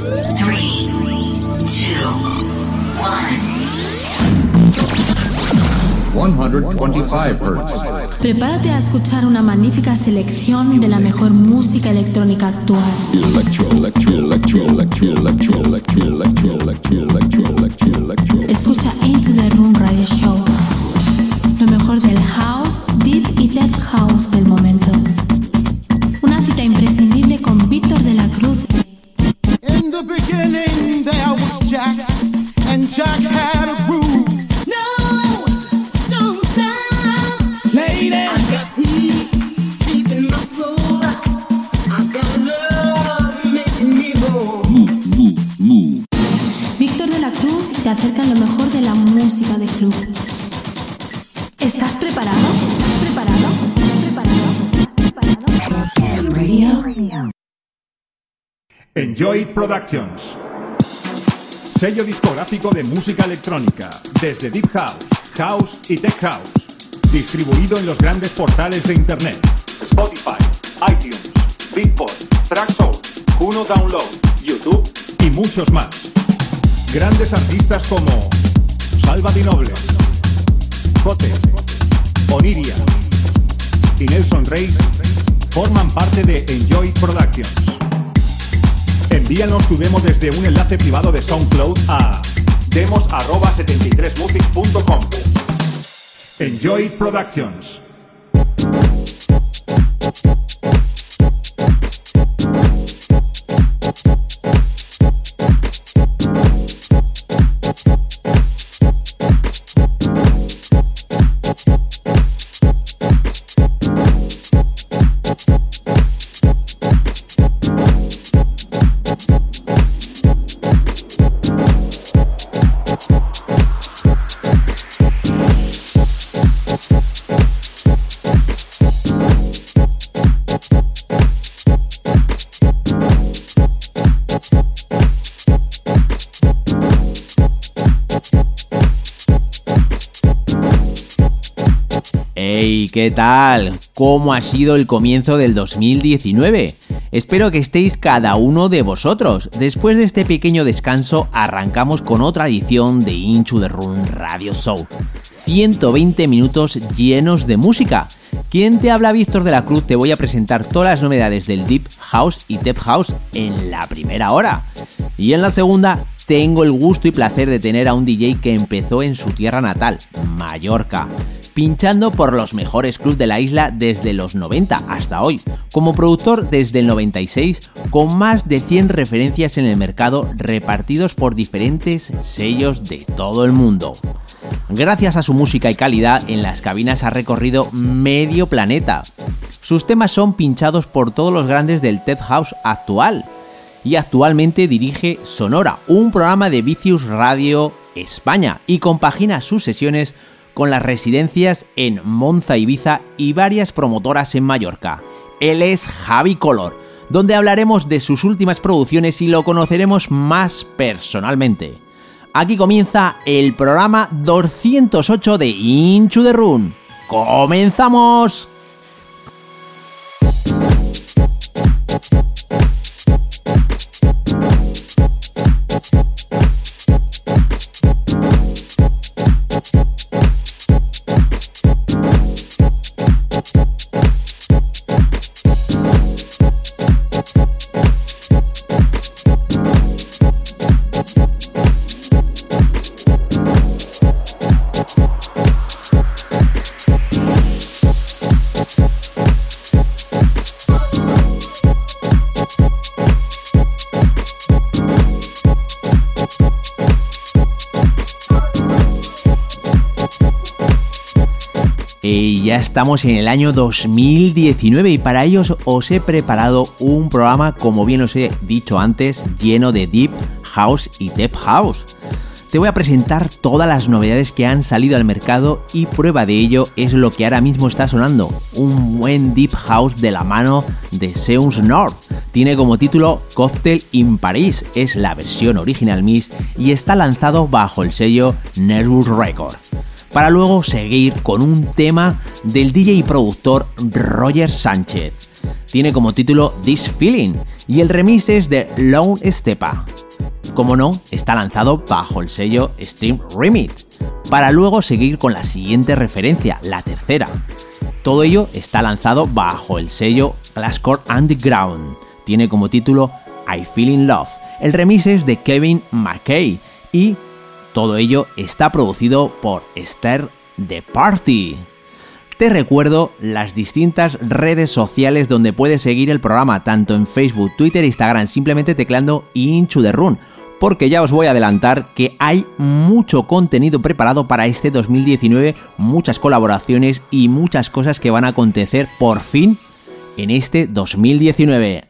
125 Hz. Prepárate a escuchar una magnífica selección de la mejor música electrónica actual. Escucha Into the Room Radio Show. Lo mejor del house, deep y tech house del momento. Una cita imprescindible con Víctor de la Cruz. In the beginning there was Jack, and Jack had a groove. No, don't stop. Lady, I got peace deep in my soul. I got love making me whole. Move. Víctor de la Cruz te acerca lo mejor de la música de club. ¿Estás preparado? ¿Preparado? Radio. Enjoy Productions. Sello discográfico de música electrónica, desde Deep House, House y Tech House. Distribuido en los grandes portales de internet: Spotify, iTunes, Beatport, Traxsource, Juno Download, YouTube y muchos más. Grandes artistas como Salva Di Noble, Cote, Oniria y Nelson Rey forman parte de Enjoy Productions. Envíanos tu demo desde un enlace privado de SoundCloud a demos@73music.com. Enjoy Productions. Hey, ¿qué tal? ¿Cómo ha sido el comienzo del 2019? Espero que estéis cada uno de vosotros. Después de este pequeño descanso, arrancamos con otra edición de Into the Room Radio Show. 120 minutos llenos de música. ¿Quién te habla? Víctor de la Cruz. Te voy a presentar todas las novedades del Deep House y Tech House en la primera hora. Y en la segunda, tengo el gusto y placer de tener a un DJ que empezó en su tierra natal, Mallorca, pinchando por los mejores clubs de la isla desde los 90 hasta hoy, como productor desde el 96, con más de 100 referencias en el mercado repartidos por diferentes sellos de todo el mundo. Gracias a su música y calidad, en las cabinas ha recorrido medio planeta. Sus temas son pinchados por todos los grandes del Tech House actual, y actualmente dirige Sonora, un programa de Vicious Radio España, y compagina sus sesiones con las residencias en Monza, Ibiza y varias promotoras en Mallorca. Él es Javi Color, donde hablaremos de sus últimas producciones y lo conoceremos más personalmente. Aquí comienza el programa 208 de Into the Room. ¡Comenzamos! Y ya estamos en el año 2019 y para ello os he preparado un programa, como bien os he dicho antes, lleno de Deep House y Tech House. Te voy a presentar todas las novedades que han salido al mercado y prueba de ello es lo que ahora mismo está sonando, un buen Deep House de la mano de Seance North. Tiene como título Cocktail in Paris, es la versión original mix y está lanzado bajo el sello Nervous Records. para luego seguir con un tema del DJ y productor Roger Sánchez. Tiene como título This Feeling y el remix es de Lone Stepa. Como no, está lanzado bajo el sello Stream Remix, para luego seguir con la siguiente referencia, la tercera. Todo ello está lanzado bajo el sello Glasscore Underground. Tiene como título I Feel in Love. El remix es de Kevin McKay y todo ello está producido por Esther The Party. Te recuerdo las distintas redes sociales donde puedes seguir el programa, tanto en Facebook, Twitter e Instagram, simplemente tecleando Into the Room, porque ya os voy a adelantar que hay mucho contenido preparado para este 2019, muchas colaboraciones y muchas cosas que van a acontecer por fin en este 2019.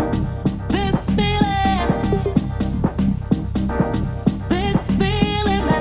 This feeling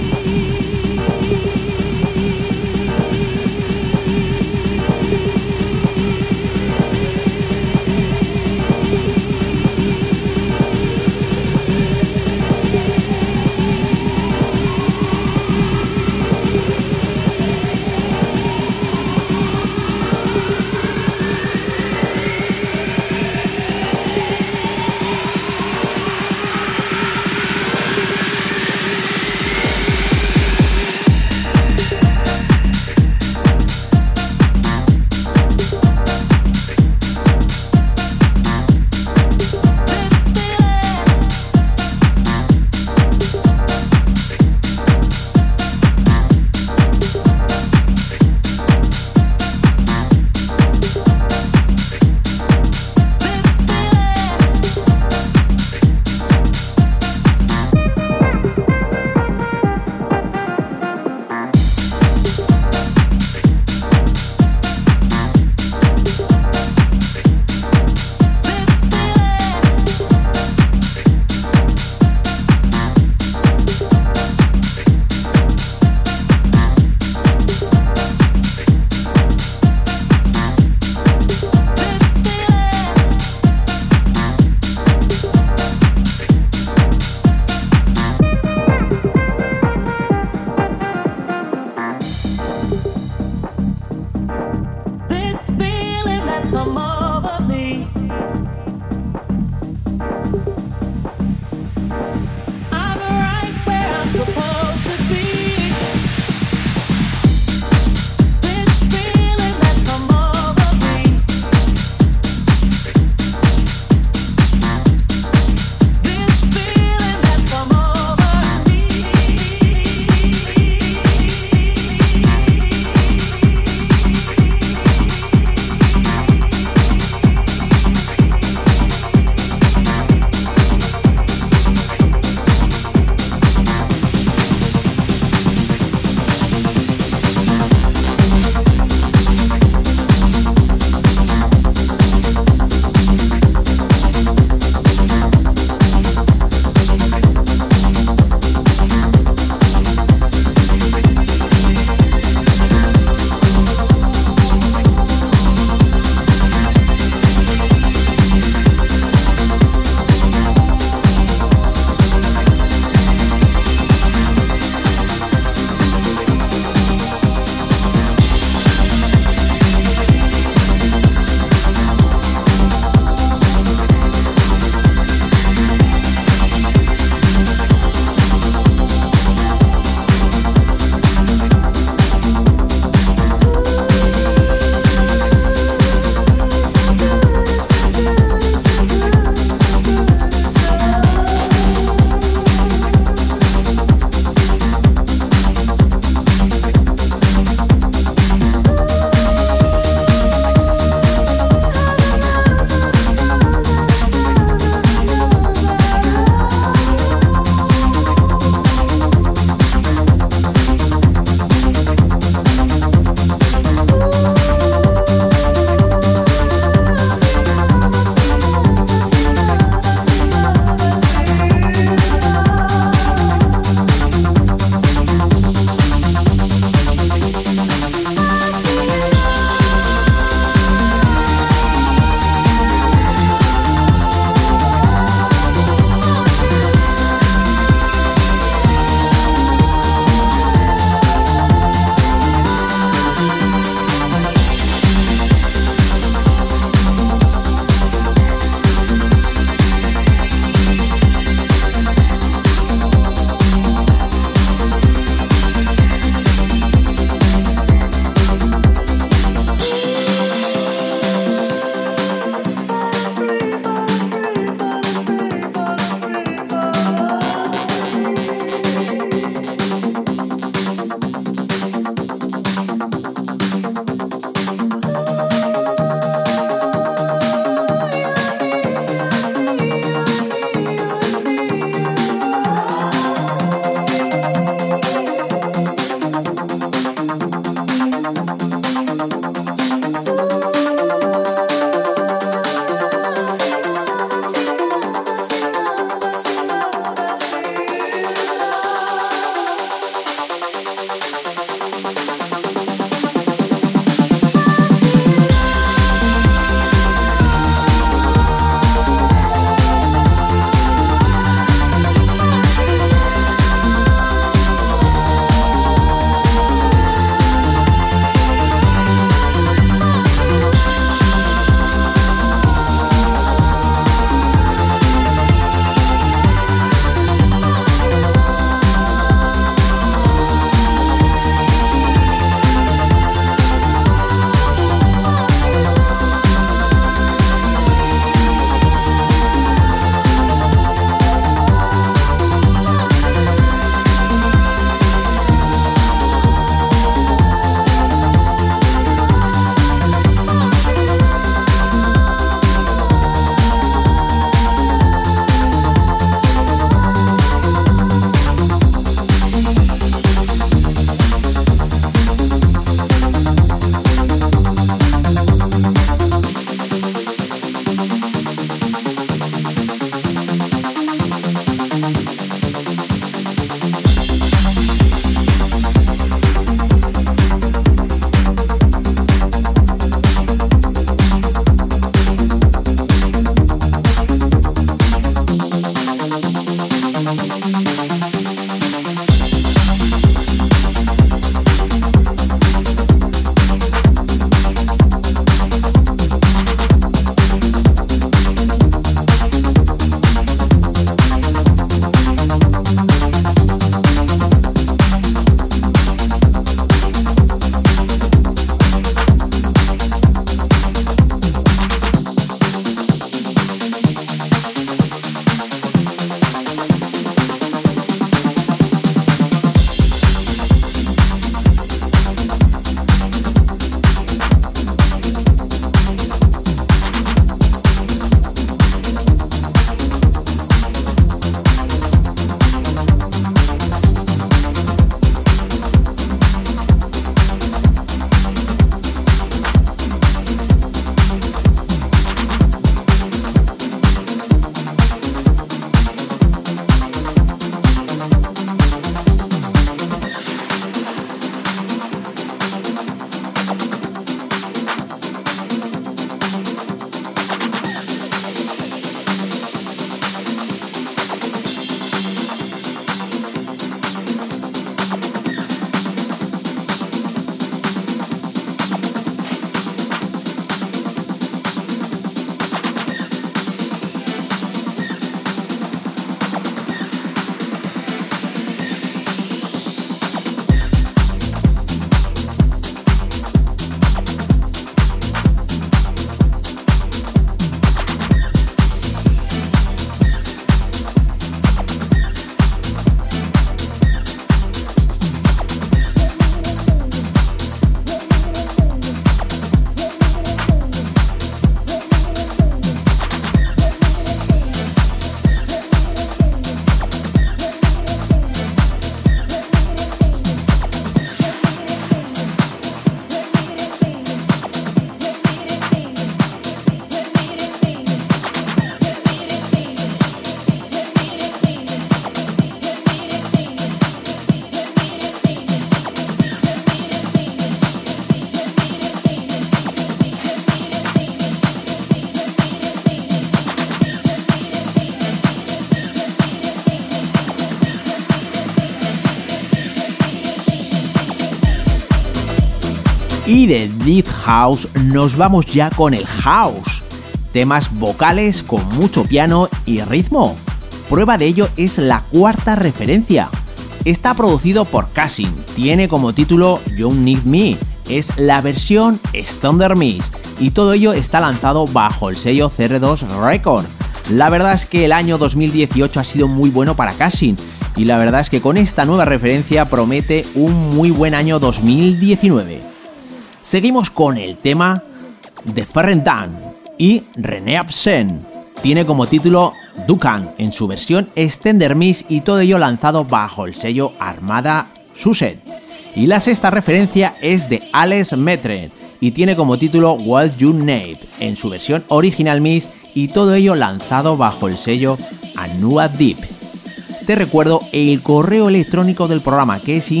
Y de Deep House nos vamos ya con el House. Temas vocales con mucho piano y ritmo. Prueba de ello es la cuarta referencia. Está producido por Cassin, tiene como título You Need Me, es la versión Thunder Mix y todo ello está lanzado bajo el sello CR2 Record. La verdad es que el año 2018 ha sido muy bueno para Cassin y la verdad es que con esta nueva referencia promete un muy buen año 2019. Seguimos con el tema de Ferrendan y René Absen. Tiene como título Dukan en su versión Extender Mix y todo ello lanzado bajo el sello Armada Suset. Y la sexta referencia es de Alex Metren y tiene como título What You Need en su versión Original Mix y todo ello lanzado bajo el sello Anua Deep. Te recuerdo el correo electrónico del programa que es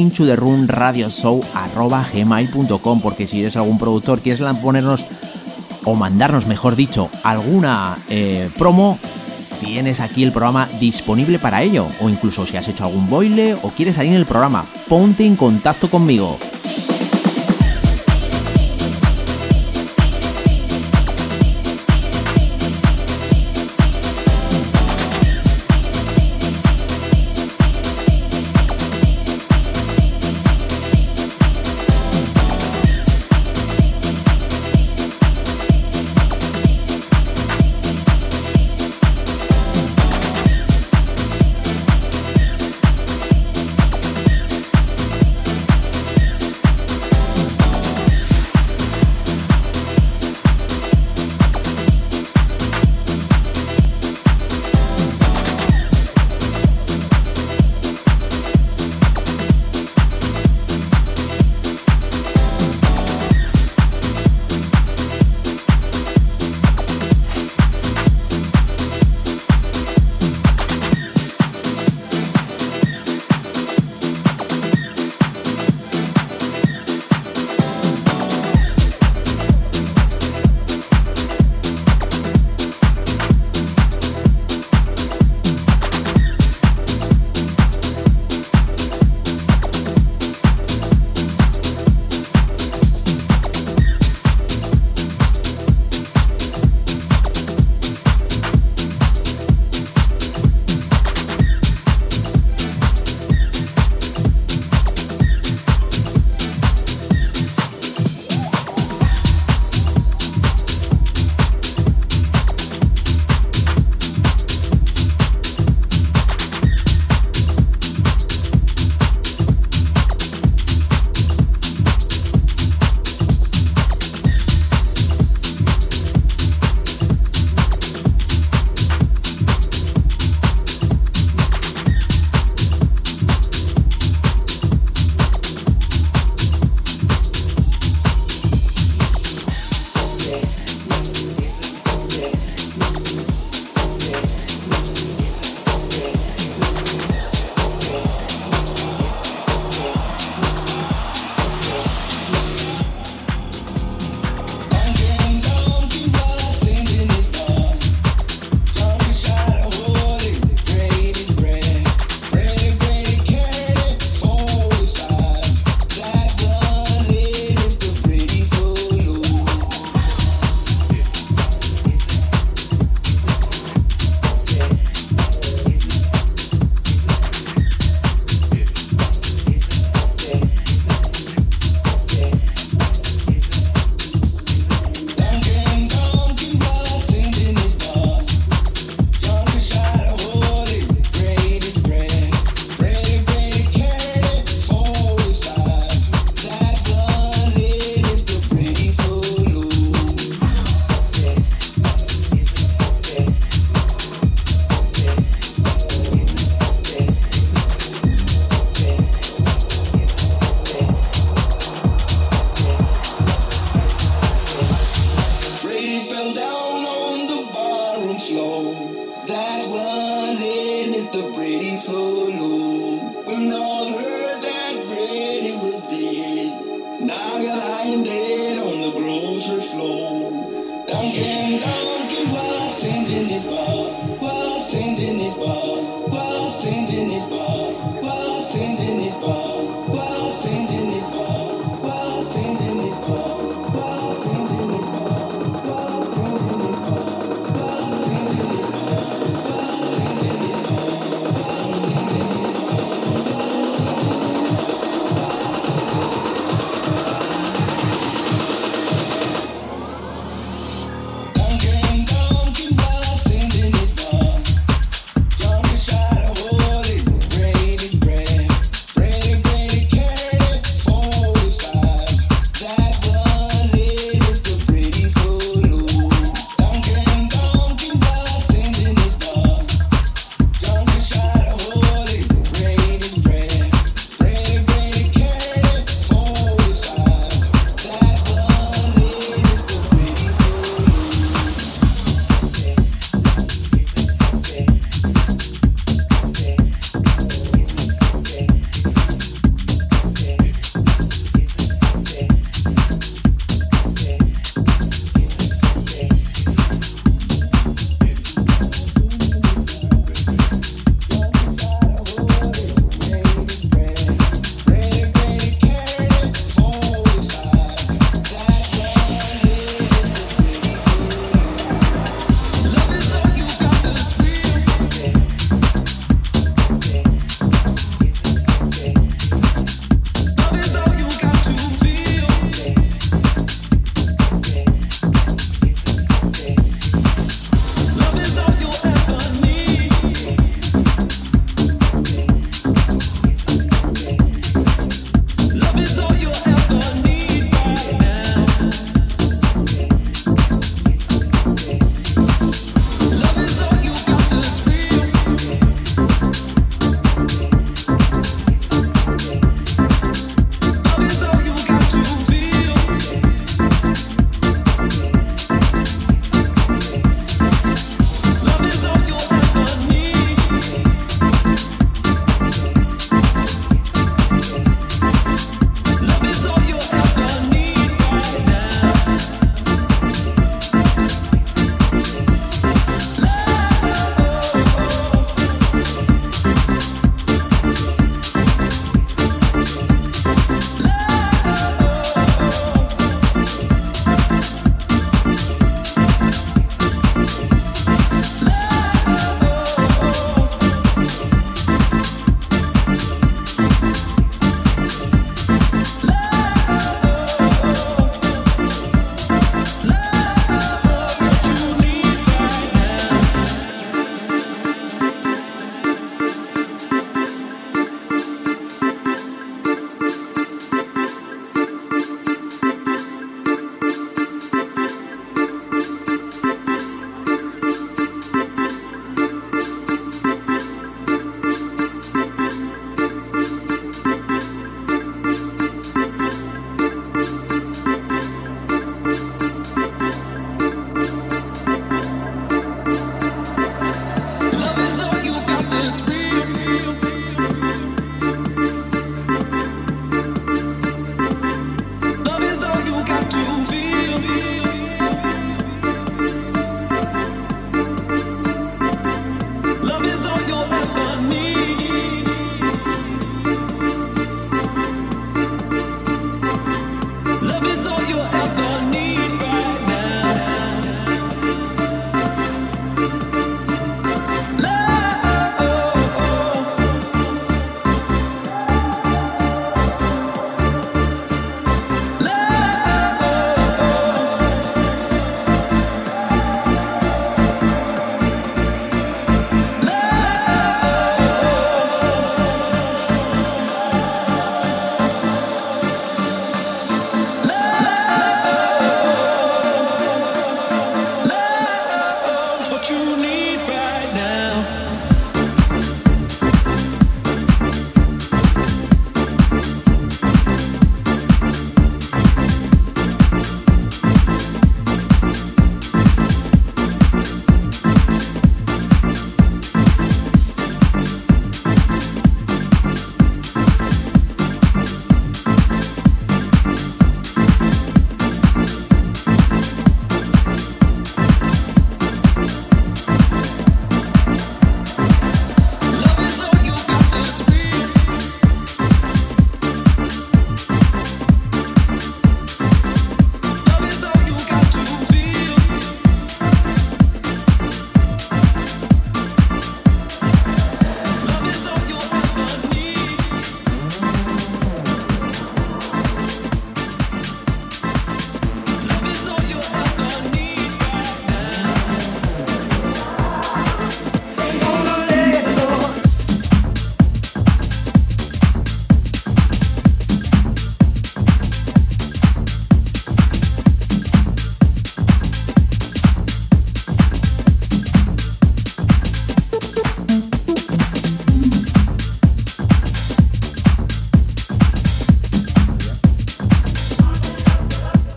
intotheroomradioshow@gmail.com, porque si eres algún productor, quieres ponernos o mandarnos, mejor dicho, alguna promo, tienes aquí el programa disponible para ello. O incluso si has hecho algún baile o quieres salir en el programa, ponte en contacto conmigo.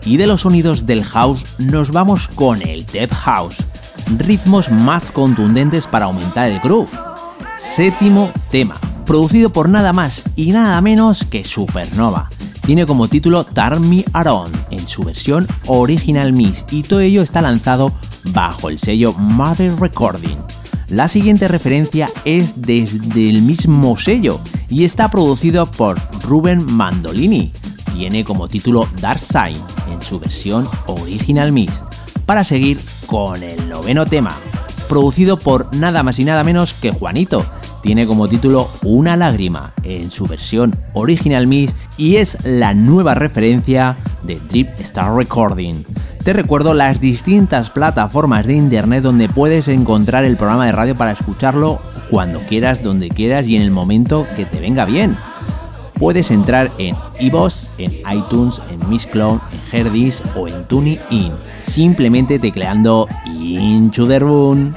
Y de los sonidos del house nos vamos con el Death House, ritmos más contundentes para aumentar el groove. Séptimo tema, producido por nada más y nada menos que Supernova. Tiene como título Turn Me Around en su versión Original Mix y todo ello está lanzado bajo el sello Mother Recording. La siguiente referencia es desde el mismo sello y está producido por Ruben Mandolini. Tiene como título Dark Side en su versión Original Mix. Para seguir con el noveno tema, producido por nada más y nada menos que Juanito. Tiene como título Una lágrima en su versión Original Mix y es la nueva referencia de Drip Star Recording. Te recuerdo las distintas plataformas de internet donde puedes encontrar el programa de radio para escucharlo cuando quieras, donde quieras y en el momento que te venga bien. Puedes entrar en iVoox, en iTunes, en Mixcloud, en Herdis o en TuneIn, simplemente tecleando Into the Room.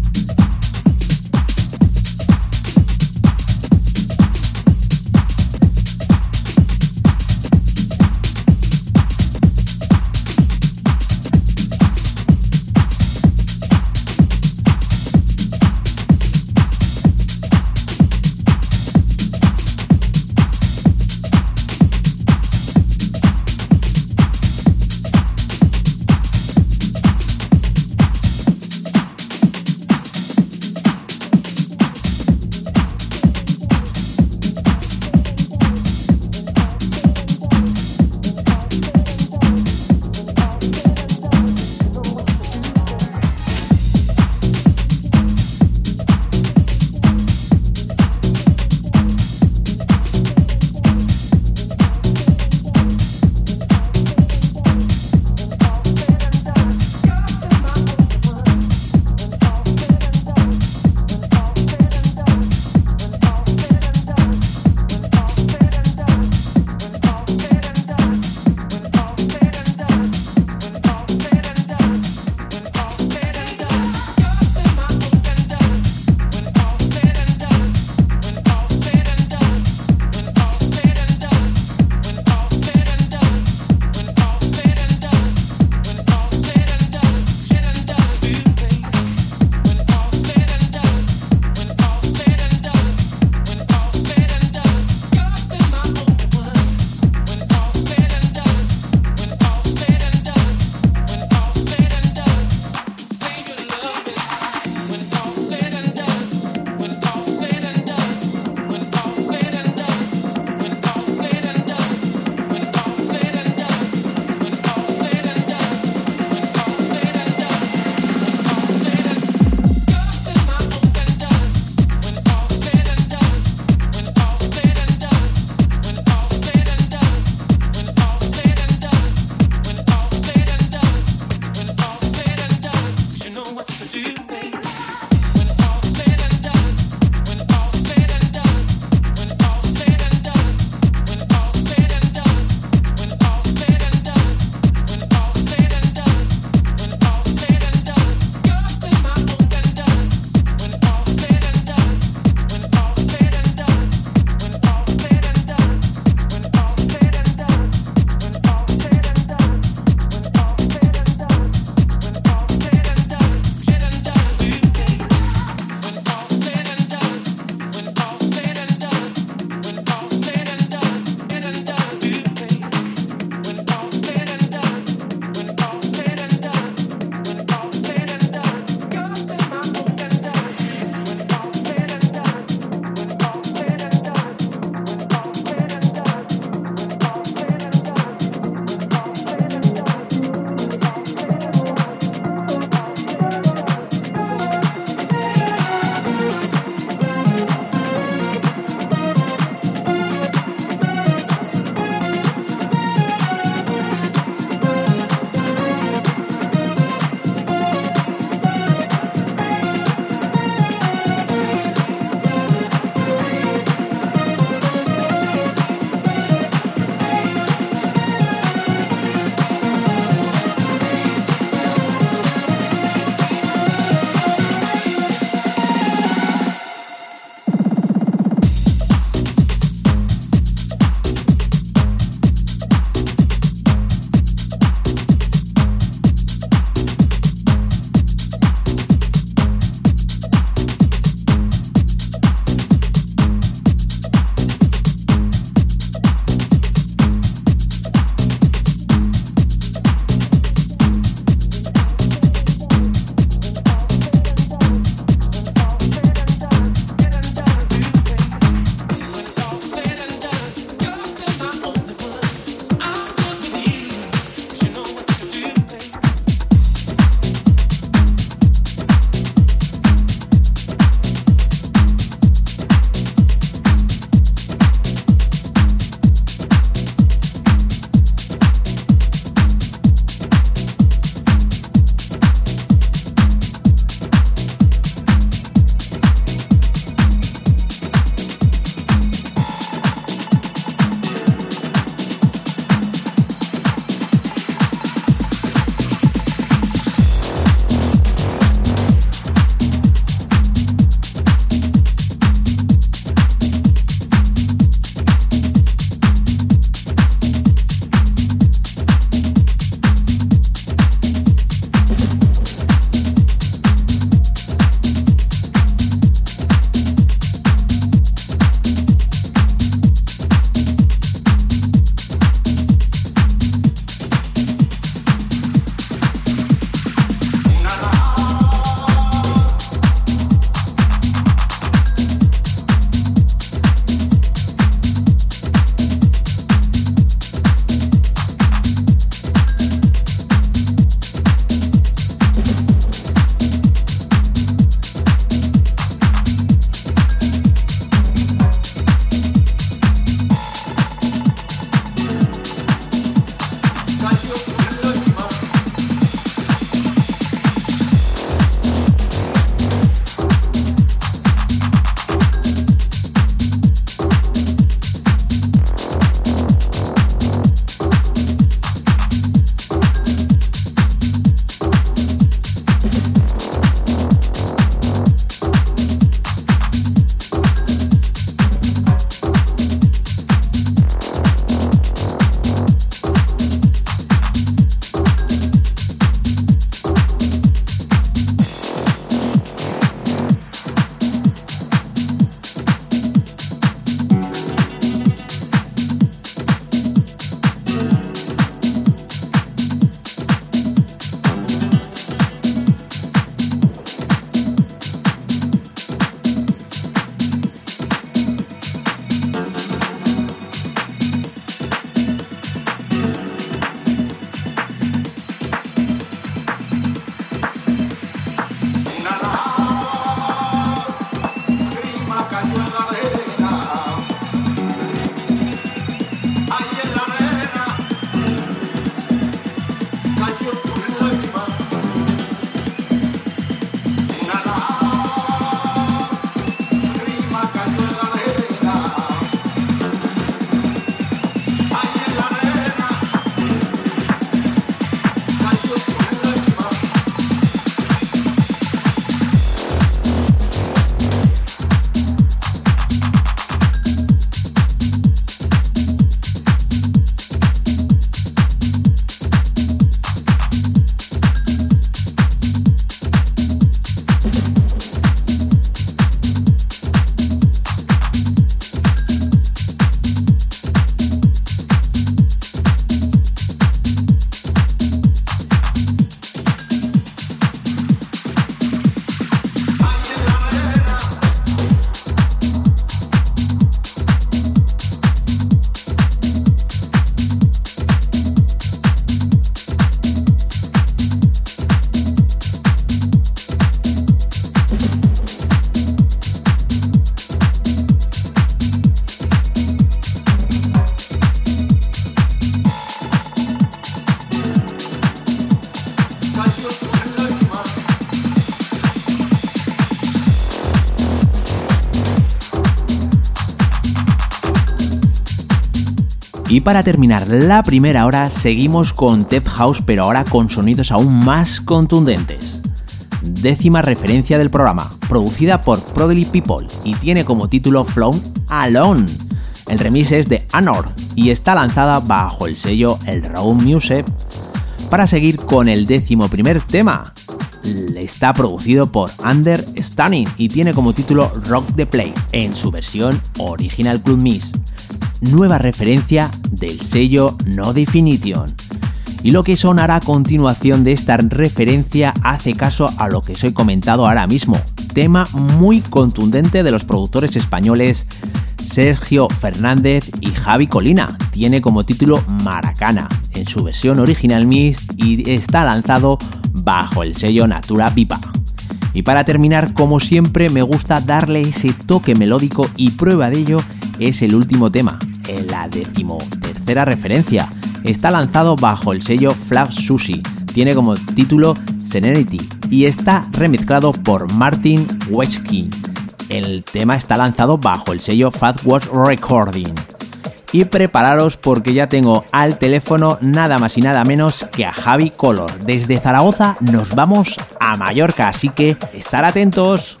Y para terminar la primera hora seguimos con Tech House, pero ahora con sonidos aún más contundentes. 10ª referencia del programa, producida por Prodigy People y tiene como título Flown Alone. El remix es de Anor y está lanzada bajo el sello El Round Music. Para seguir con el 11º tema, está producido por Under Stunning y tiene como título Rock the Play en su versión Original Club Mix. Nueva referencia del sello No Definition. Y lo que sonará a continuación de esta referencia hace caso a lo que os he comentado ahora mismo. Tema muy contundente de los productores españoles Sergio Fernández y Javi Colina. Tiene como título Maracana en su versión Original Mix y está lanzado bajo el sello Natura Viva. Y para terminar, como siempre, me gusta darle ese toque melódico y prueba de ello es el último tema, en la 13ª referencia. Está lanzado bajo el sello Flag Sushi, tiene como título Serenity y está remezclado por Martin Wechkin. El tema está lanzado bajo el sello Fat Watch Recording. Y prepararos porque ya tengo al teléfono nada más y nada menos que a Javi Color. Desde Zaragoza nos vamos a Mallorca, así que estar atentos.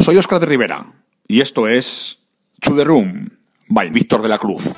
Soy Óscar de Rivera y esto es To The Room by Víctor de la Cruz.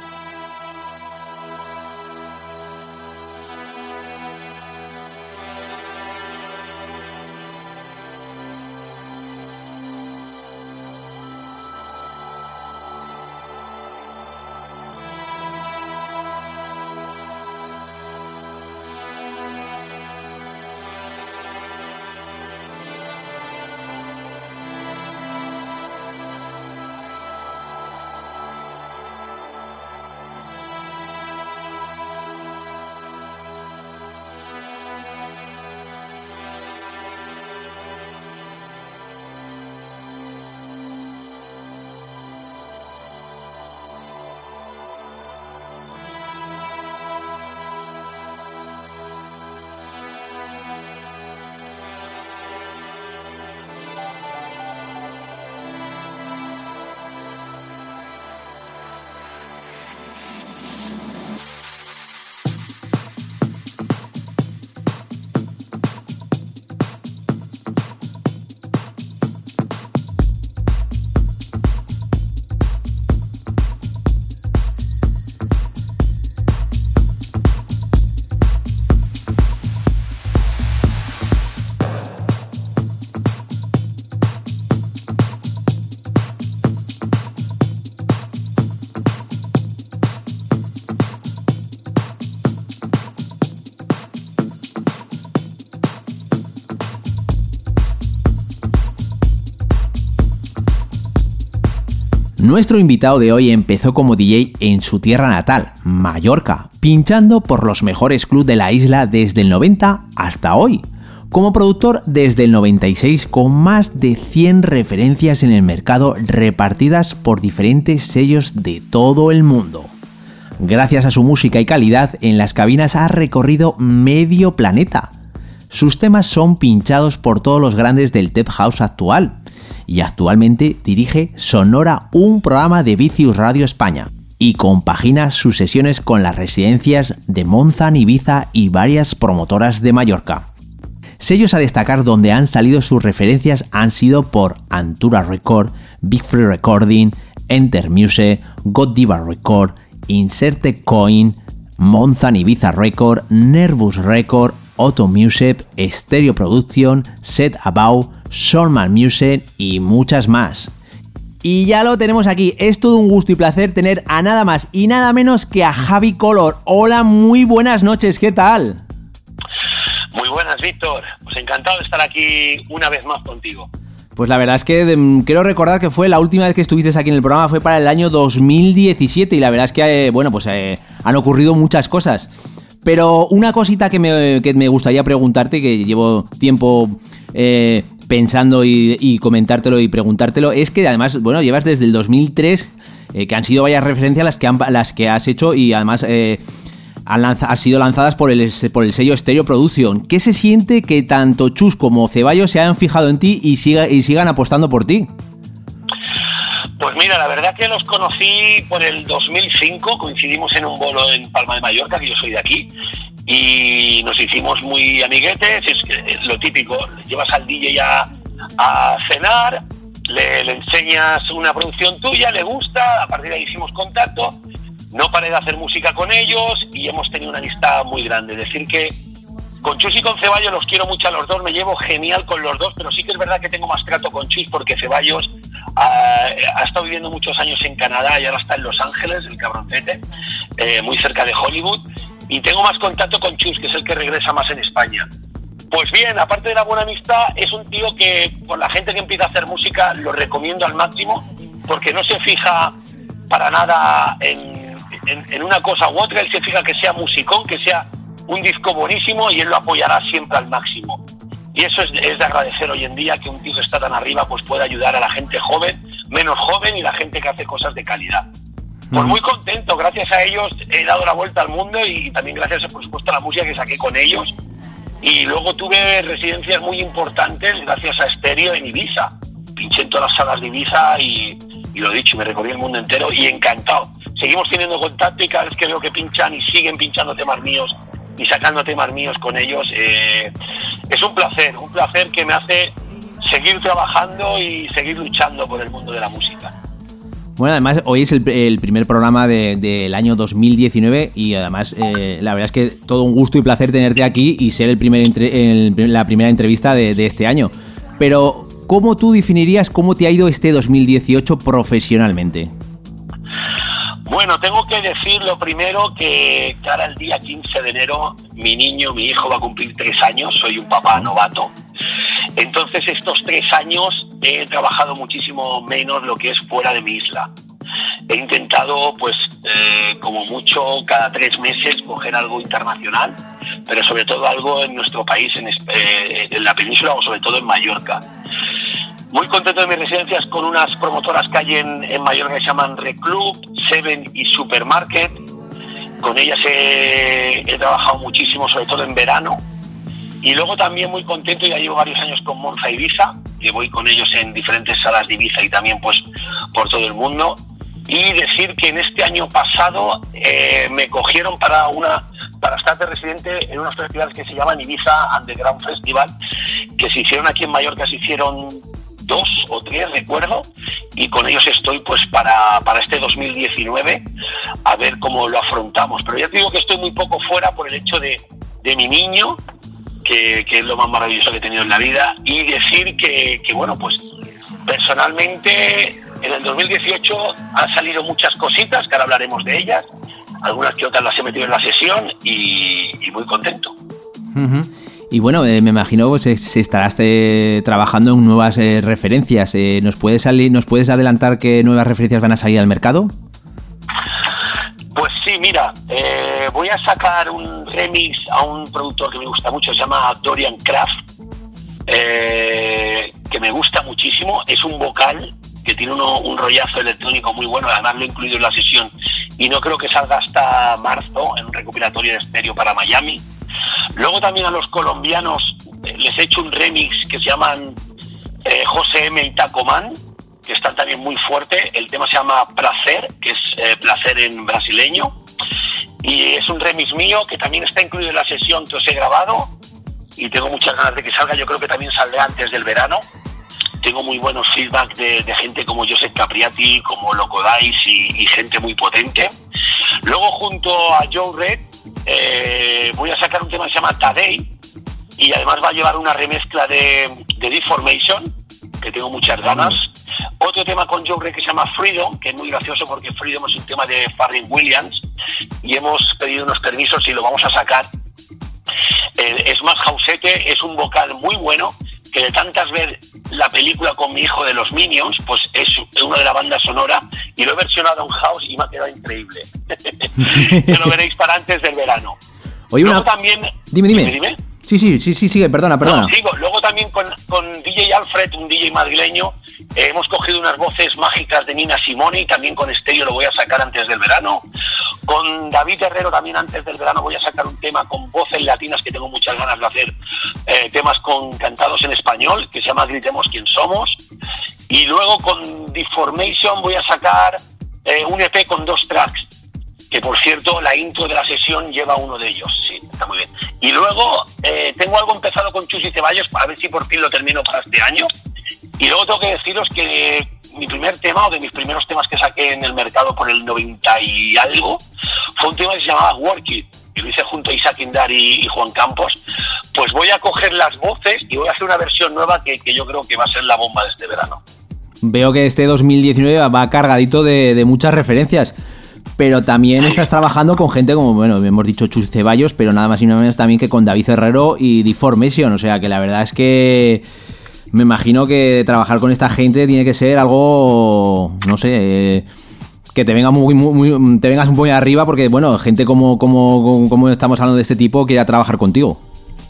Nuestro invitado de hoy empezó como DJ en su tierra natal, Mallorca, pinchando por los mejores clubs de la isla desde el 90 hasta hoy. Como productor desde el 96 con más de 100 referencias en el mercado repartidas por diferentes sellos de todo el mundo. Gracias a su música y calidad en las cabinas ha recorrido medio planeta. Sus temas son pinchados por todos los grandes del Tech House actual. Y actualmente dirige Sonora, un programa de Vicious Radio España, y compagina sus sesiones con las residencias de Monza, Ibiza y varias promotoras de Mallorca. Sellos a destacar donde han salido sus referencias han sido por Antura Record, Big Free Recording, Enter Music, God Diva Record, Inserte Coin, Monza Ibiza Record, Nervous Record, Auto Music, Stereo Production, Set About, Soulman Music y muchas más. Y ya lo tenemos aquí, es todo un gusto y placer tener a nada más y nada menos que a Javi Color. Hola, muy buenas noches, ¿qué tal? Muy buenas, Víctor, pues encantado de estar aquí una vez más contigo. Pues la verdad es que quiero recordar que fue la última vez que estuviste aquí en el programa, fue para el año 2017 y la verdad es que, han ocurrido muchas cosas. Pero una cosita que me gustaría preguntarte, que llevo tiempo pensando y comentártelo y preguntártelo, es que además, llevas desde el 2003, que han sido varias referencias las que has hecho y además han sido lanzadas por el sello Stereo Production. ¿Qué se siente que tanto Chus como Ceballos se hayan fijado en ti y sigan apostando por ti? Pues mira, la verdad que los conocí por el 2005, coincidimos en un bolo en Palma de Mallorca, que yo soy de aquí, y nos hicimos muy amiguetes. Es lo típico, llevas al DJ a cenar, le enseñas una producción tuya, le gusta, a partir de ahí hicimos contacto, no paré de hacer música con ellos y hemos tenido una amistad muy grande. Es decir que con Chus y con Ceballos los quiero mucho a los dos, me llevo genial con los dos, pero sí que es verdad que tengo más trato con Chus porque Ceballos ha estado viviendo muchos años en Canadá y ahora está en Los Ángeles, el cabroncete, muy cerca de Hollywood, y tengo más contacto con Chus, que es el que regresa más en España. Pues bien, aparte de la buena amistad, es un tío que con la gente que empieza a hacer música lo recomiendo al máximo, porque no se fija para nada en una cosa u otra, él se fija que sea musicón, que sea un disco buenísimo y él lo apoyará siempre al máximo. Y eso es de agradecer hoy en día, que un tío que está tan arriba pues pueda ayudar a la gente joven, menos joven y la gente que hace cosas de calidad. Pues muy contento, gracias a ellos he dado la vuelta al mundo y también gracias por supuesto a la música que saqué con ellos. Y luego tuve residencias muy importantes gracias a Stereo en Ibiza. Pinché en todas las salas de Ibiza y lo dicho, me recorrí el mundo entero y encantado. Seguimos teniendo contacto y cada vez que veo que pinchan y siguen pinchando temas míos y sacando temas míos con ellos, es un placer que me hace seguir trabajando y seguir luchando por el mundo de la música. Bueno, además hoy es el primer programa del año 2019 y además la verdad es que todo un gusto y placer tenerte aquí y ser la primera entrevista de este año. Pero, ¿cómo tú definirías cómo te ha ido este 2018 profesionalmente? Bueno, tengo que decir lo primero que cara al día 15 de enero mi hijo va a cumplir 3 años, soy un papá novato. Entonces estos 3 años he trabajado muchísimo menos lo que es fuera de mi isla. He intentado, pues, como mucho, cada 3 meses coger algo internacional, pero sobre todo algo en nuestro país, en la península o sobre todo en Mallorca. Muy contento de mis residencias con unas promotoras que hay en Mallorca que se llaman Reclub, Seven y Supermarket. Con ellas he trabajado muchísimo, sobre todo en verano. Y luego también muy contento, ya llevo varios años con Monza Ibiza, que voy con ellos en diferentes salas de Ibiza y también pues por todo el mundo. Y decir que en este año pasado me cogieron para estar de residente en unos festivales que se llaman Ibiza Underground Festival, que se hicieron aquí en Mallorca, se hicieron 2 o 3, recuerdo, y con ellos estoy pues para este 2019 a ver cómo lo afrontamos. Pero ya te digo que estoy muy poco fuera por el hecho de mi niño, que es lo más maravilloso que he tenido en la vida, y decir que bueno, pues personalmente en el 2018 han salido muchas cositas, que ahora hablaremos de ellas, algunas que otras las he metido en la sesión y muy contento. Uh-huh. Y bueno, me imagino pues se estarás trabajando en nuevas referencias. ¿Nos puedes adelantar qué nuevas referencias van a salir al mercado? Pues sí, mira, voy a sacar un remix a un productor que me gusta mucho, se llama Dorian Kraft, que me gusta muchísimo. Es un vocal que tiene un rollazo electrónico muy bueno, además lo he incluido en la sesión y no creo que salga hasta marzo en un recopilatorio de estéreo para Miami. Luego también a los colombianos les he hecho un remix que se llaman José M. y Tacoman, que están también muy fuerte. El tema se llama Placer, que es placer en brasileño, y es un remix mío que también está incluido en la sesión que os he grabado y tengo muchas ganas de que salga. Yo creo que también saldrá antes del verano. Tengo muy buenos feedback de gente como Joseph Capriati, como Loco Dice y gente muy potente. Luego junto a Joe Red voy a sacar un tema que se llama Today y además va a llevar una remezcla de Deformation, que tengo muchas ganas. Otro tema con Joe Red que se llama Freedom, que es muy gracioso porque Freedom es un tema de Pharrell Williams y hemos pedido unos permisos y lo vamos a sacar. Es más jausete, es un vocal muy bueno, que de tantas ver la película con mi hijo de los Minions, pues es una de la banda sonora y lo he versionado en house y me ha quedado increíble. Que lo veréis para antes del verano. Oye, luego también... Dime. Sí, sigue, perdona. No, sigo. Luego también con DJ Alfred, un DJ madrileño, hemos cogido unas voces mágicas de Nina Simone y también con estéreo lo voy a sacar antes del verano. Con David Herrero también antes del verano voy a sacar un tema con voces latinas que tengo muchas ganas de hacer, temas cantados en español, que se llama Gritemos quién somos. Y luego con Deformation voy a sacar un EP con 2 tracks, que por cierto la intro de la sesión lleva uno de ellos. Sí, está muy bien. Y luego tengo algo empezado con Chus y Ceballos para ver si por fin lo termino para este año. Y luego tengo que deciros que mi primer tema, o de mis primeros temas que saqué en el mercado por el 90 y algo, fue un tema que se llamaba Work It, que lo hice junto a Isaac Indar y Juan Campos. Pues voy a coger las voces y voy a hacer una versión nueva que yo creo que va a ser la bomba de este verano. Veo que este 2019 va cargadito de muchas referencias. Pero también estás trabajando con gente como, bueno, hemos dicho Chus Ceballos, pero nada más y nada menos también que con David Herrero y Deformation. O sea que la verdad es que me imagino que trabajar con esta gente tiene que ser algo, no sé, que te venga te vengas un poco arriba, porque bueno, gente como estamos hablando de este tipo quiere trabajar contigo.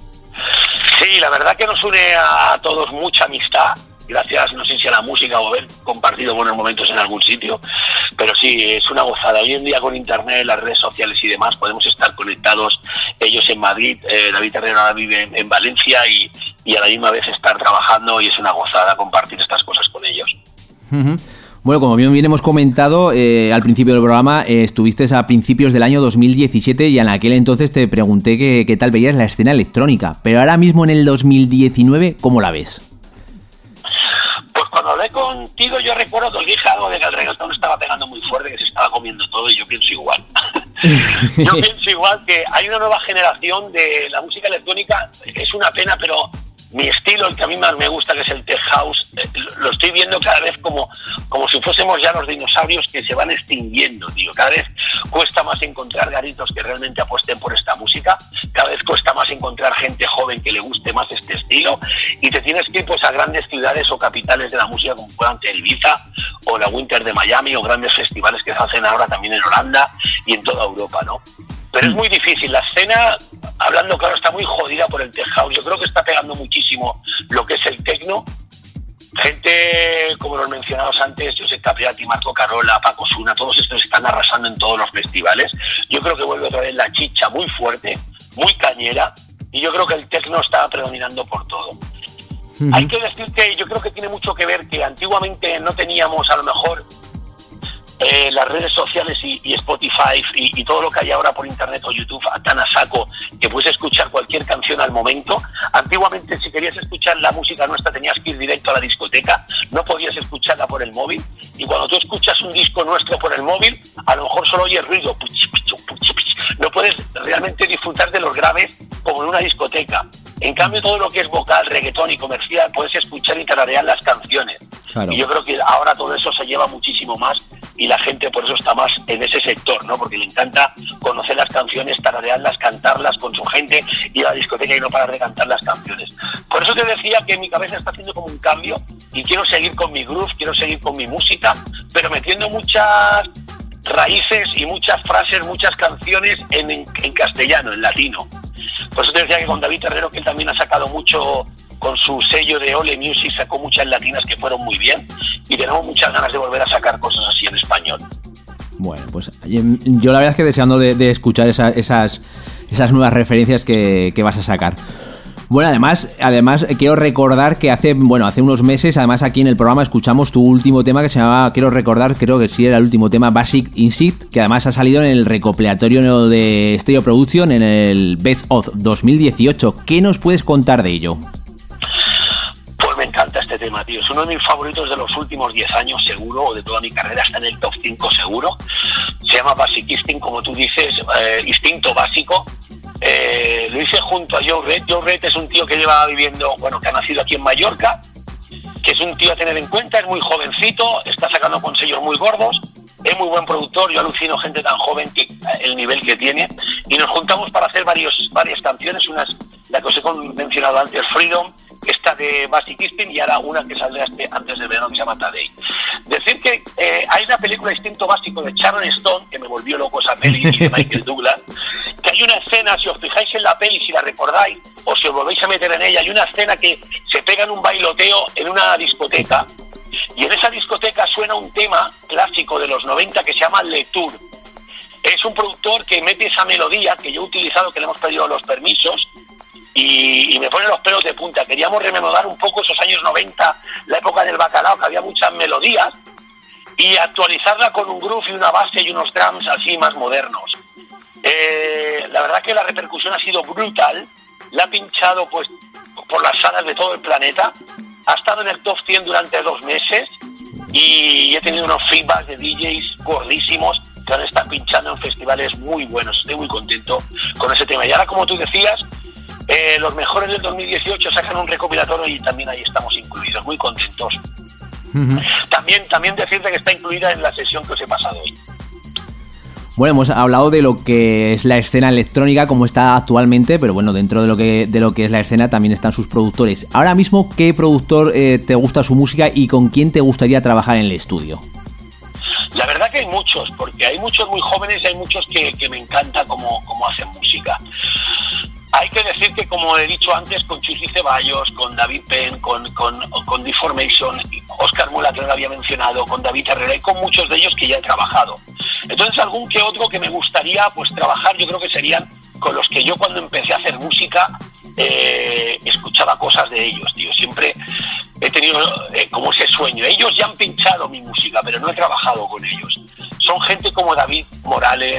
Sí, la verdad que nos une a todos mucha amistad. Gracias, no sé si a la música o haber compartido buenos momentos en algún sitio, pero sí, es una gozada. Hoy en día con internet, las redes sociales y demás, podemos estar conectados, ellos en Madrid, David Herrero ahora vive en Valencia y a la misma vez estar trabajando, y es una gozada compartir estas cosas con ellos. Uh-huh. Bueno, como bien hemos comentado al principio del programa, estuviste a principios del año 2017 y en aquel entonces te pregunté qué tal veías la escena electrónica, pero ahora mismo en el 2019, ¿cómo la ves? cuando hablé contigo yo recuerdo que os dije algo de que el reggaetón estaba pegando muy fuerte, que se estaba comiendo todo, y yo pienso igual. Yo pienso igual, que hay una nueva generación de la música electrónica. Es una pena, pero mi estilo, el que a mí más me gusta, que es el tech house, lo estoy viendo cada vez como si fuésemos ya los dinosaurios que se van extinguiendo, tío. Cada vez cuesta más encontrar garitos que realmente apuesten por esta música, cada vez cuesta más encontrar gente joven que le guste más este estilo, y te tienes que ir pues a grandes ciudades o capitales de la música, como puedan ser Ibiza o la Winter de Miami, o grandes festivales que se hacen ahora también en Holanda y en toda Europa, ¿no? Pero es muy difícil. La escena, hablando claro, está muy jodida por el tech house. Yo creo que está pegando muchísimo lo que es el techno. Gente como los mencionados antes, Josep Capriati, Marco Carola, Paco Suna, todos estos están arrasando en todos los festivales. Yo creo que vuelve otra vez la chicha muy fuerte, muy cañera, y yo creo que el techno está predominando por todo. Hay que decir que yo creo que tiene mucho que ver que antiguamente no teníamos a lo mejor las redes sociales y Spotify y todo lo que hay ahora por internet o YouTube tan a saco, que puedes escuchar cualquier canción al momento. Antiguamente, si querías escuchar la música nuestra, tenías que ir directo a la discoteca, no podías escucharla por el móvil, y cuando tú escuchas un disco nuestro por el móvil, a lo mejor solo oyes ruido, no puedes realmente disfrutar de los graves como en una discoteca. En cambio, todo lo que es vocal, reggaetón y comercial, puedes escuchar y tararear las canciones. Claro. Y yo creo que ahora todo eso se lleva muchísimo más, y la gente por eso está más en ese sector, ¿no? Porque le encanta conocer las canciones, tararearlas, cantarlas con su gente, ir a la discoteca y no parar de cantar las canciones. Por eso te decía que mi cabeza está haciendo como un cambio, y quiero seguir con mi groove, quiero seguir con mi música, pero metiendo muchas raíces y muchas frases, muchas canciones en castellano, en latino. Por eso te decía que con David Herrero, que él también ha sacado mucho con su sello de Ole Music, sacó muchas latinas que fueron muy bien, y tenemos muchas ganas de volver a sacar cosas así en español. Bueno, pues yo la verdad es que deseando de escuchar esas nuevas referencias que vas a sacar. Bueno, además quiero recordar que hace unos meses, además aquí en el programa escuchamos tu último tema que se llamaba, creo que sí era el último tema, Basic Instinct, que además ha salido en el recopilatorio de Stereo Production en el Best of 2018. ¿Qué nos puedes contar de ello? Pues me encanta este tema, tío. Es uno de mis favoritos de los últimos 10 años, seguro, o de toda mi carrera. Está en el top 5, seguro. Se llama Basic Instinct, como tú dices, instinto básico. Lo hice junto a Joe Red. Joe Red es un tío que lleva viviendo, que ha nacido aquí en Mallorca, que es un tío a tener en cuenta, es muy jovencito, está sacando con sellos muy gordos, es muy buen productor. Yo alucino gente tan joven, que el nivel que tiene, y nos juntamos para hacer varias canciones. Una es la que os he mencionado antes, Freedom, esta de Basic Instinct, y ahora una que saldrá antes del verano, que se llama Today. Decir que hay una película Instinto Básico de Sharon Stone, que me volvió loco esa peli, y de Michael Douglas, que hay una escena, si os fijáis en la peli, si la recordáis, o si os volvéis a meter en ella, hay una escena que se pega en un bailoteo en una discoteca, y en esa discoteca suena un tema clásico de los 90 que se llama Le Tour. Es un productor que mete esa melodía que yo he utilizado, que le hemos pedido los permisos, y me pone los pelos de punta. Queríamos rememorar un poco esos años 90, la época del bacalao, que había muchas melodías, y actualizarla con un groove y una base y unos drums así más modernos. La verdad que la repercusión ha sido brutal. La ha pinchado pues por las salas de todo el planeta. Ha estado en el top 100 durante 2 meses, y he tenido unos feedbacks de DJs gordísimos que han estado pinchando en festivales muy buenos. Estoy muy contento con ese tema. Y ahora, como tú decías, los mejores del 2018 sacan un recopilatorio, y también ahí estamos incluidos, muy contentos. Uh-huh. También decirte que está incluida en la sesión que os he pasado hoy. Bueno, hemos hablado de lo que es la escena electrónica como está actualmente, pero bueno, dentro de lo que es la escena también están sus productores. Ahora mismo, ¿qué productor te gusta su música y con quién te gustaría trabajar en el estudio? La verdad que hay muchos, porque hay muchos muy jóvenes y hay muchos que me encanta cómo hacen música. Hay que decir que, como he dicho antes, con Chusi Ceballos, con David Penn, con Deformation, Oscar Mula, que no lo había mencionado, con David Herrera, y con muchos de ellos que ya he trabajado. Entonces, algún que otro que me gustaría pues trabajar, yo creo que serían con los que yo, cuando empecé a hacer música, escuchaba cosas de ellos, tío. Siempre he tenido como ese sueño. Ellos ya han pinchado mi música, pero no he trabajado con ellos. Son gente como David Morales,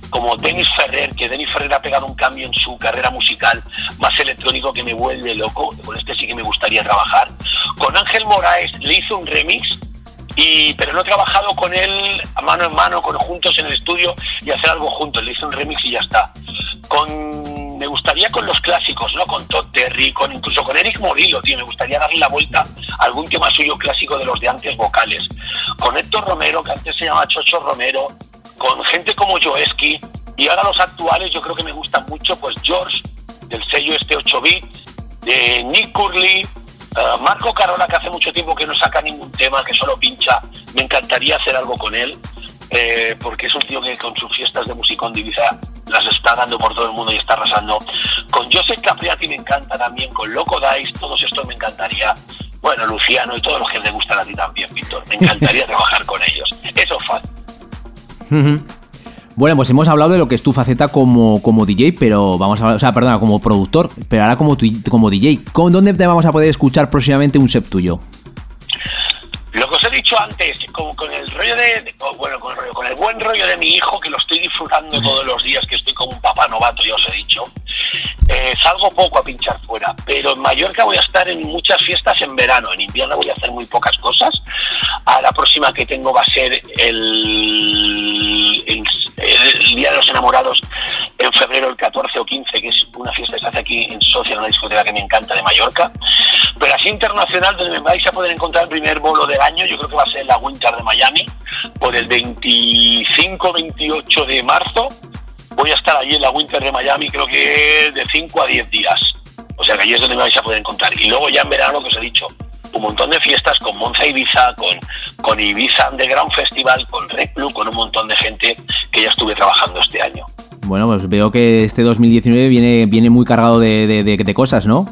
como Dennis Ferrer, que Dennis Ferrer ha pegado un cambio en su carrera musical más electrónico que me vuelve loco. Con este sí que me gustaría trabajar. Con Ángel Moraes le hice un remix, pero no he trabajado con él mano en mano, juntos en el estudio y hacer algo juntos. Le hice un remix y ya está. Me gustaría con los clásicos, ¿no? Con Todd Terry, incluso con Eric Morillo, tío. Me gustaría darle la vuelta a algún tema suyo clásico de los de antes vocales. Con Héctor Romero, que antes se llamaba Chocho Romero. Con gente como Joeski. Y ahora los actuales yo creo que me gustan mucho, pues George, del sello 8-bit, de Nick Curly, Marco Carola, que hace mucho tiempo que no saca ningún tema, que solo pincha. Me encantaría hacer algo con él, porque es un tío que con sus fiestas de musicón de Ibiza las está dando por todo el mundo y está arrasando. Con Joseph Capriati me encanta también, con Loco Dice, todos estos me encantaría. Bueno, Luciano y todos los que te gustan a ti también, Víctor. Me encantaría trabajar con ellos. Eso es fácil. Bueno, pues hemos hablado de lo que es tu faceta como DJ, pero vamos a hablar, o sea, perdona, como productor, pero ahora como DJ. ¿Dónde te vamos a poder escuchar próximamente un set tuyo? Lo que os he dicho antes, con el rollo con el buen rollo de mi hijo, que lo estoy disfrutando todos los días, que estoy como un papá novato, ya os he dicho, salgo poco a pinchar fuera, pero en Mallorca voy a estar en muchas fiestas en verano. En invierno voy a hacer muy pocas cosas. A la próxima que tengo va a ser el Día de los Enamorados, en febrero, el 14 o 15, que es una fiesta que se hace aquí en Socia, en una discoteca que me encanta, de Mallorca. Pero así internacional, donde me vais a poder encontrar el primer bolo del año, yo creo que va a ser la Winter de Miami, por el 25-28 de marzo. Voy a estar allí en la Winter de Miami, creo que de 5 a 10 días. O sea que allí es donde me vais a poder encontrar. Y luego ya en verano, lo que os he dicho, un montón de fiestas con Monza Ibiza, con Ibiza Underground Festival, con Red Blue, con un montón de gente que ya estuve trabajando este año. Bueno, pues veo que este 2019 viene muy cargado de cosas, ¿no?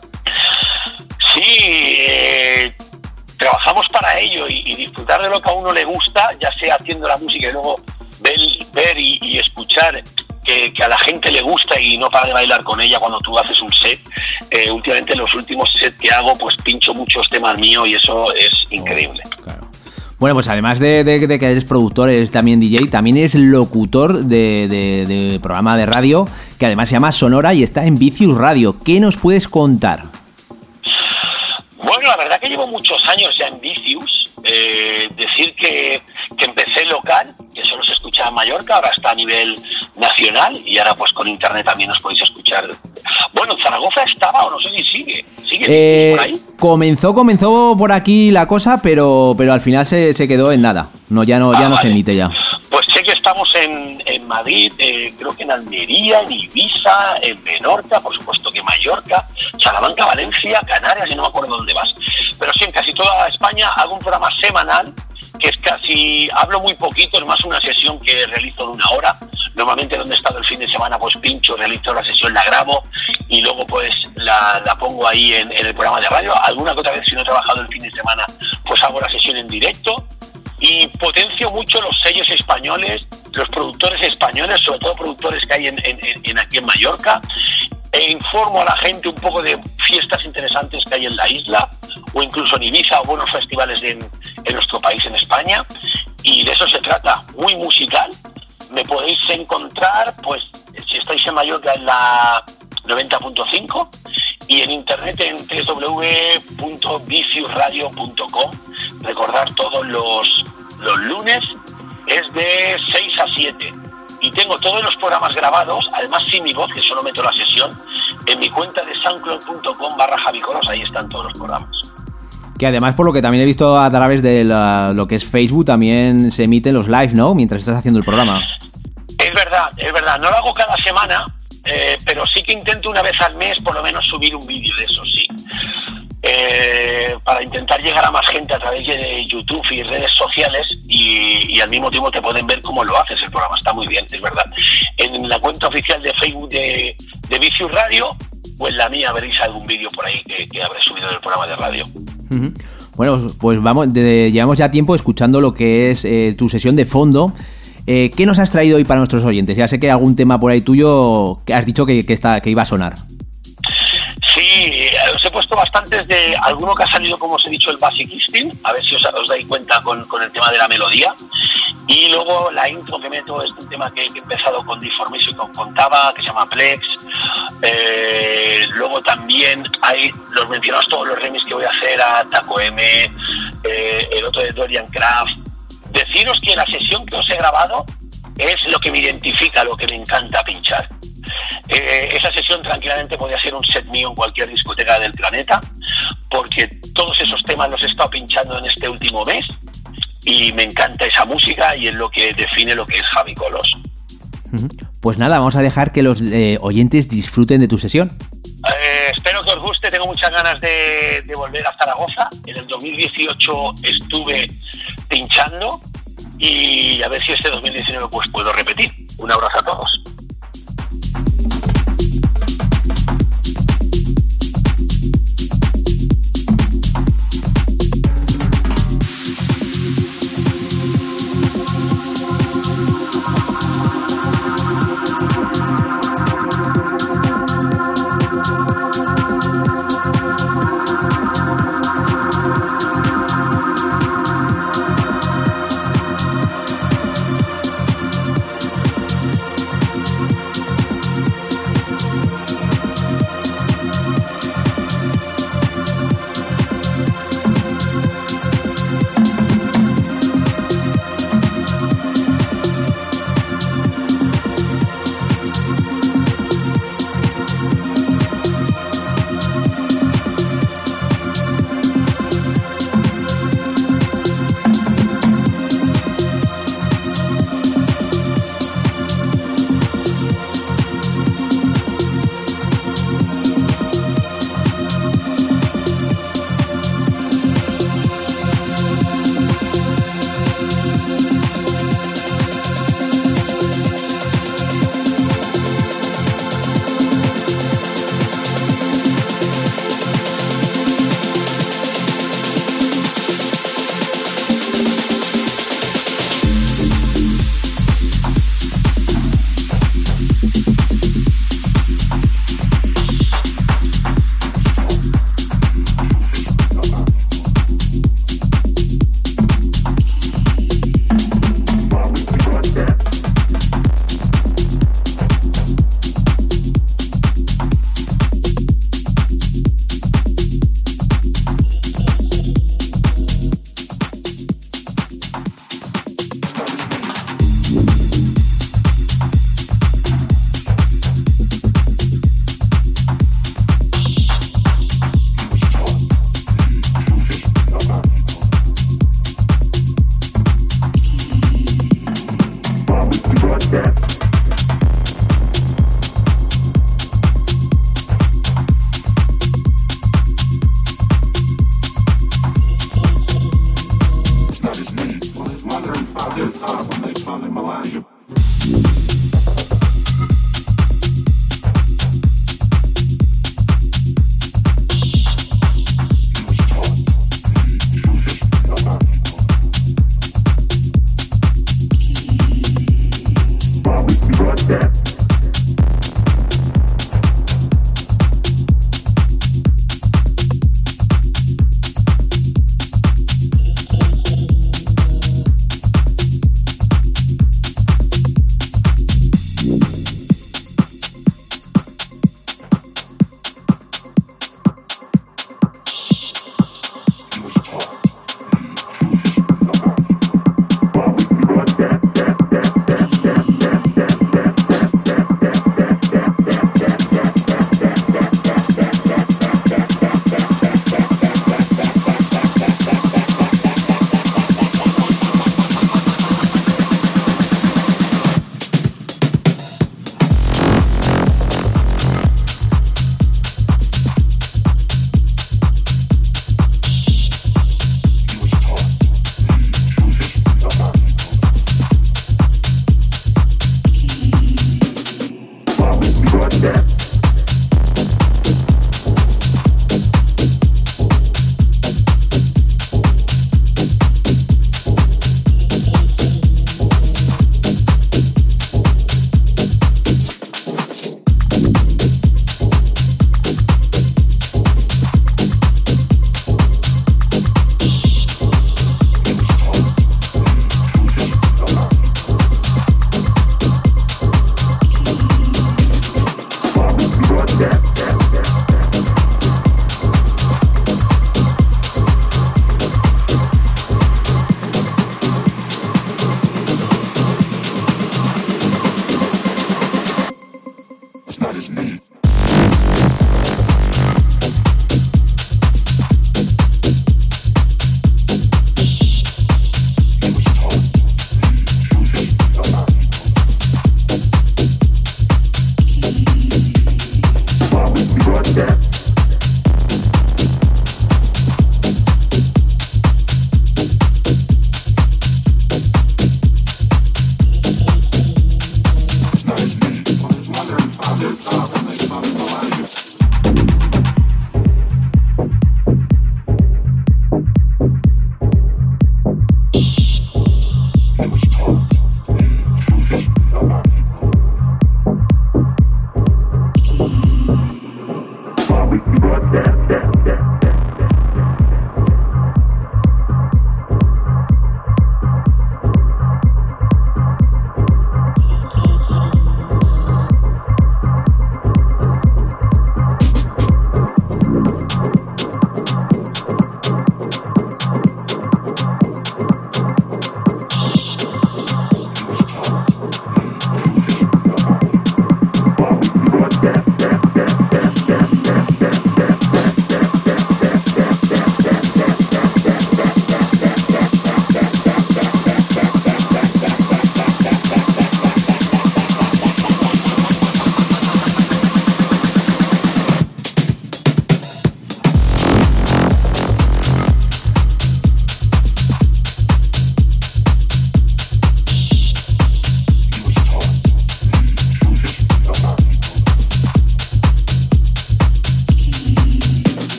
Sí, trabajamos para ello y disfrutar de lo que a uno le gusta, ya sea haciendo la música y luego ver y escuchar que a la gente le gusta y no para de bailar con ella cuando tú haces un set. Últimamente en los últimos sets que hago, pues pincho muchos temas míos y eso es increíble. Claro. Bueno, pues además de que eres productor, eres también DJ, también eres locutor de programa de radio que además se llama Sonora y está en Vicious Radio. ¿Qué nos puedes contar? Bueno, la verdad que llevo muchos años ya en Vicious. Decir que empecé local, que solo se escuchaba en Mallorca, ahora está a nivel nacional y ahora pues con internet también nos podéis escuchar. Bueno, Zaragoza estaba, o no sé si sigue por ahí. Comenzó por aquí la cosa, pero al final se quedó en nada. Ya no vale. Se emite ya. Pues sé que estamos en Madrid, creo que en Almería, en Ibiza, en Menorca, por supuesto que Mallorca, Salamanca, Valencia, Canarias, y no me acuerdo dónde vas. Pero sí, en casi toda España hago un programa semanal, que es casi, hablo muy poquito, es más una sesión que realizo de 1 hora. Normalmente donde he estado el fin de semana pues pincho, realizo la sesión, la grabo y luego pues la pongo ahí en el programa de radio. Alguna que otra vez, si no he trabajado el fin de semana, pues hago la sesión en directo y potencio mucho los sellos españoles, los productores españoles, sobre todo productores que hay aquí en Mallorca, e informo a la gente un poco de fiestas interesantes que hay en la isla o incluso en Ibiza o buenos festivales en nuestro país, en España, y de eso se trata, muy musical. Me podéis encontrar, pues, si estáis en Mallorca, en la 90.5 y en internet en www.viciusradio.com. Recordar, todos los lunes es de 6 a 7 y tengo todos los programas grabados, además sin mi voz, que solo meto la sesión, en mi cuenta de soundcloud.com/javicoros. Ahí están todos los programas. Que además, por lo que también he visto a través de lo que es Facebook, también se emiten los live, ¿no? Mientras estás haciendo el programa. Es verdad. No lo hago cada semana, pero sí que intento una vez al mes por lo menos subir un vídeo de eso, sí. Para intentar llegar a más gente a través de YouTube y redes sociales y al mismo tiempo te pueden ver cómo lo haces el programa. Está muy bien, es verdad. En la cuenta oficial de Facebook de Vicious Radio o en la mía veréis algún vídeo por ahí que habré subido del programa de radio. Uh-huh. Bueno, pues llevamos ya tiempo escuchando lo que es tu sesión de fondo. ¿Qué nos has traído hoy para nuestros oyentes? Ya sé que hay algún tema por ahí tuyo que has dicho que iba a sonar. Sí, Sí, os he puesto bastantes de alguno que ha salido, como os he dicho, el Basic Instinct, a ver si os dais cuenta con el tema de la melodía. Y luego la intro que meto es un tema que he empezado con Deformation, con Taba, que se llama Plex. Luego también hay, los mencionados todos los remix que voy a hacer a Taco M, el otro de Dorian Craft. Deciros que la sesión que os he grabado es lo que me identifica, lo que me encanta pinchar. Esa sesión tranquilamente podría ser un set mío en cualquier discoteca del planeta, porque todos esos temas los he estado pinchando en este último mes y me encanta esa música y es lo que define lo que es Javi Colos. Pues nada, vamos a dejar que los oyentes disfruten de tu sesión. Espero que os guste, tengo muchas ganas de volver a Zaragoza. En el 2018 estuve pinchando y a ver si este 2019 pues puedo repetir. Un abrazo a todos.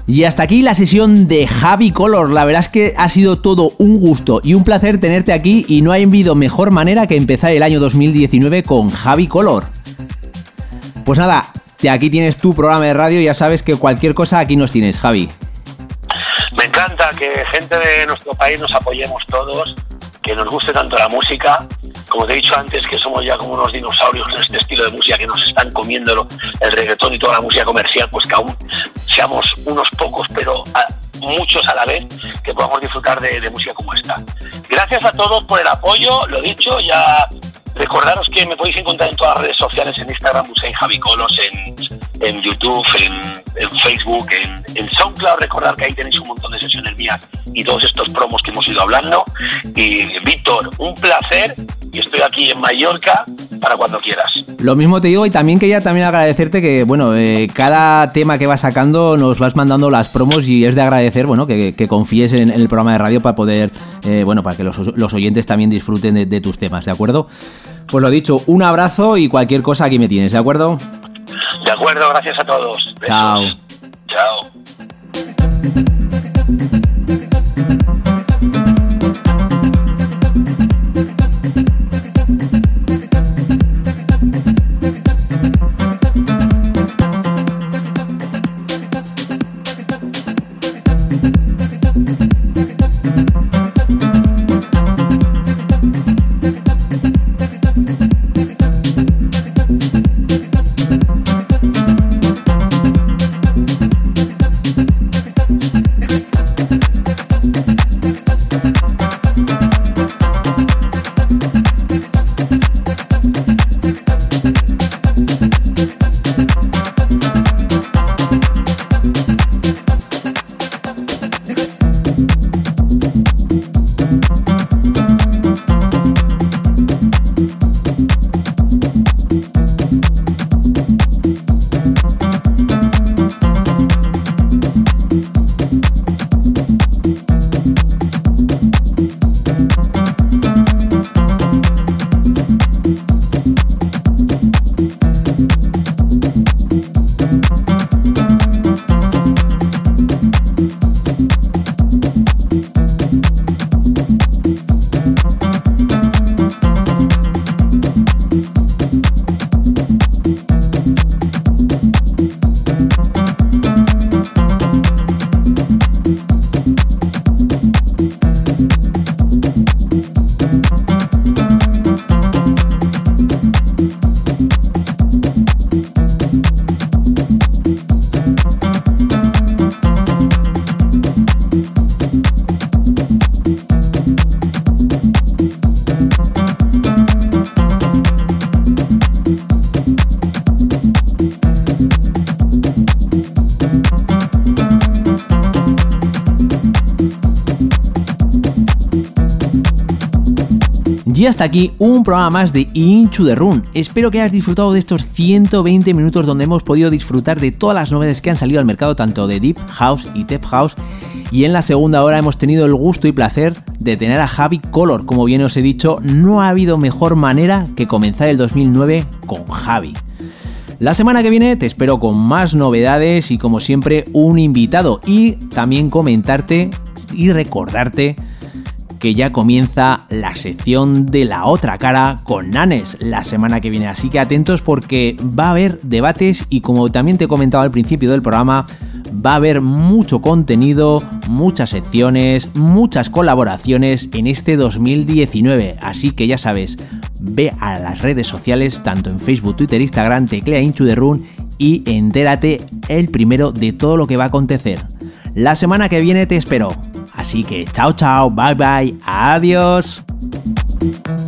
Y hasta aquí la sesión de Javi Color. La verdad es que ha sido todo un gusto y un placer tenerte aquí, y no ha habido mejor manera que empezar el año 2019 con Javi Color. Pues nada, aquí tienes tu programa de radio, ya sabes que cualquier cosa aquí nos tienes, Javi. Me encanta que gente de nuestro país nos apoyemos todos, que nos guste tanto la música. Como te he dicho antes, que somos ya como unos dinosaurios en este estilo de música, que nos están comiendo el reggaetón y toda la música comercial, pues que aún seamos unos pocos, pero muchos a la vez, que podamos disfrutar de música como esta. Gracias a todos por el apoyo, lo dicho, ya recordaros que me podéis encontrar en todas las redes sociales, en Instagram, busquéis Javi Colos, en YouTube, en Facebook, en SoundCloud. Recordad que ahí tenéis un montón de sesiones mías y todos estos promos que hemos ido hablando. Y Víctor, un placer, y estoy aquí en Mallorca para cuando quieras. Lo mismo te digo, y también quería agradecerte que, bueno, cada tema que vas sacando nos vas mandando las promos, y es de agradecer, bueno, que confíes en el programa de radio para poder, para que los oyentes también disfruten de tus temas, ¿de acuerdo? Pues lo dicho, un abrazo y cualquier cosa aquí me tienes, ¿de acuerdo? De acuerdo, gracias a todos. Besos. Chao. Chao. Y hasta aquí un programa más de Into the Room. Espero que hayas disfrutado de estos 120 minutos donde hemos podido disfrutar de todas las novedades que han salido al mercado, tanto de Deep House y Tech House. Y en la segunda hora hemos tenido el gusto y placer de tener a Javi Color. Como bien os he dicho, no ha habido mejor manera que comenzar el 2009 con Javi. La semana que viene te espero con más novedades y, como siempre, un invitado. Y también comentarte y recordarte que ya comienza la sección de La Otra Cara con Nanes la semana que viene. Así que atentos, porque va a haber debates y, como también te he comentado al principio del programa, va a haber mucho contenido, muchas secciones, muchas colaboraciones en este 2019. Así que ya sabes, ve a las redes sociales, tanto en Facebook, Twitter, Instagram, teclea Into the Room y entérate el primero de todo lo que va a acontecer. La semana que viene te espero. Así que chao, chao, bye, bye, adiós.